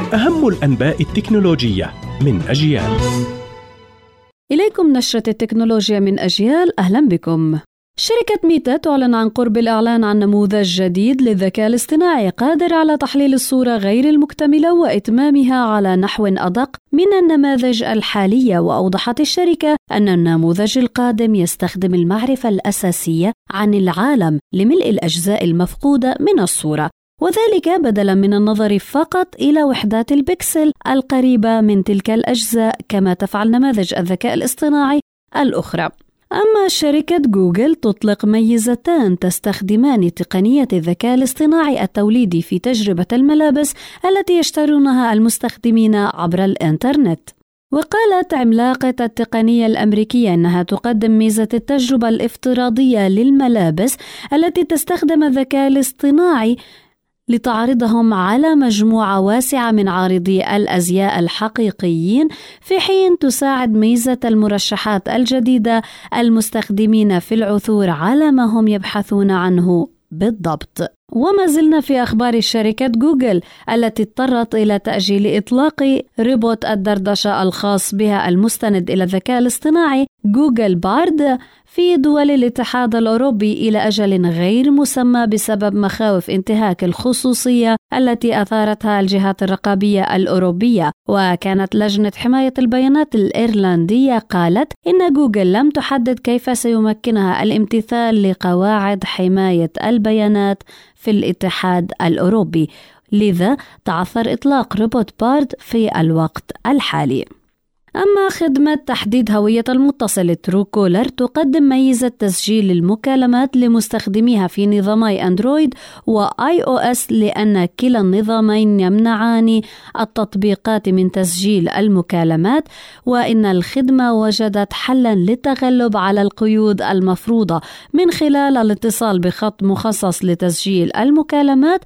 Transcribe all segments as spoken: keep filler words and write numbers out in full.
أهم الأنباء التكنولوجية من أجيال. إليكم نشرة التكنولوجيا من أجيال، أهلا بكم. شركة ميتا تعلن عن قرب الإعلان عن نموذج جديد للذكاء الاصطناعي قادر على تحليل الصورة غير المكتملة وإتمامها على نحو أدق من النماذج الحالية. وأوضحت الشركة أن النموذج القادم يستخدم المعرفة الأساسية عن العالم لملء الأجزاء المفقودة من الصورة، وذلك بدلاً من النظر فقط إلى وحدات البكسل القريبة من تلك الأجزاء كما تفعل نماذج الذكاء الاصطناعي الأخرى. أما شركة جوجل تطلق ميزتان تستخدمان تقنية الذكاء الاصطناعي التوليدي في تجربة الملابس التي يشترونها المستخدمين عبر الإنترنت. وقالت عملاقة التقنية الأمريكية أنها تقدم ميزة التجربة الافتراضية للملابس التي تستخدم الذكاء الاصطناعي لتعرضهم على مجموعة واسعة من عارضي الأزياء الحقيقيين، في حين تساعد ميزة المرشحات الجديدة المستخدمين في العثور على ما هم يبحثون عنه بالضبط. وما زلنا في أخبار شركة جوجل التي اضطرت إلى تأجيل إطلاق روبوت الدردشة الخاص بها المستند إلى الذكاء الاصطناعي جوجل بارد في دول الاتحاد الأوروبي إلى أجل غير مسمى بسبب مخاوف انتهاك الخصوصية التي أثارتها الجهات الرقابية الأوروبية. وكانت لجنة حماية البيانات الإيرلندية قالت إن جوجل لم تحدد كيف سيمكنها الامتثال لقواعد حماية البيانات في الاتحاد الأوروبي، لذا تعثر إطلاق روبوت بارد في الوقت الحالي. أما خدمة تحديد هوية المتصل ترو كولر تقدم ميزة تسجيل المكالمات لمستخدميها في نظامي أندرويد وآي أو إس، لأن كلا النظامين يمنعان التطبيقات من تسجيل المكالمات، وإن الخدمة وجدت حلا للتغلب على القيود المفروضة من خلال الاتصال بخط مخصص لتسجيل المكالمات.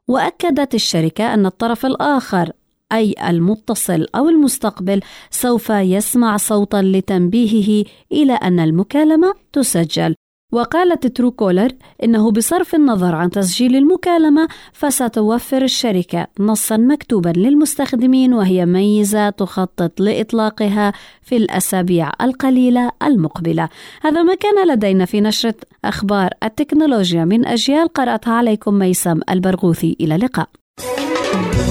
وأكدت الشركة أن الطرف الآخر أي المتصل أو المستقبل سوف يسمع صوتا لتنبيهه إلى أن المكالمة تسجل. وقالت ترو كولر إنه بصرف النظر عن تسجيل المكالمة فستوفر الشركة نصا مكتوبا للمستخدمين، وهي ميزة تخطط لإطلاقها في الأسابيع القليلة المقبلة. هذا ما كان لدينا في نشرة أخبار التكنولوجيا من أجيال، قرأتها عليكم ميسم البرغوثي. إلى اللقاء.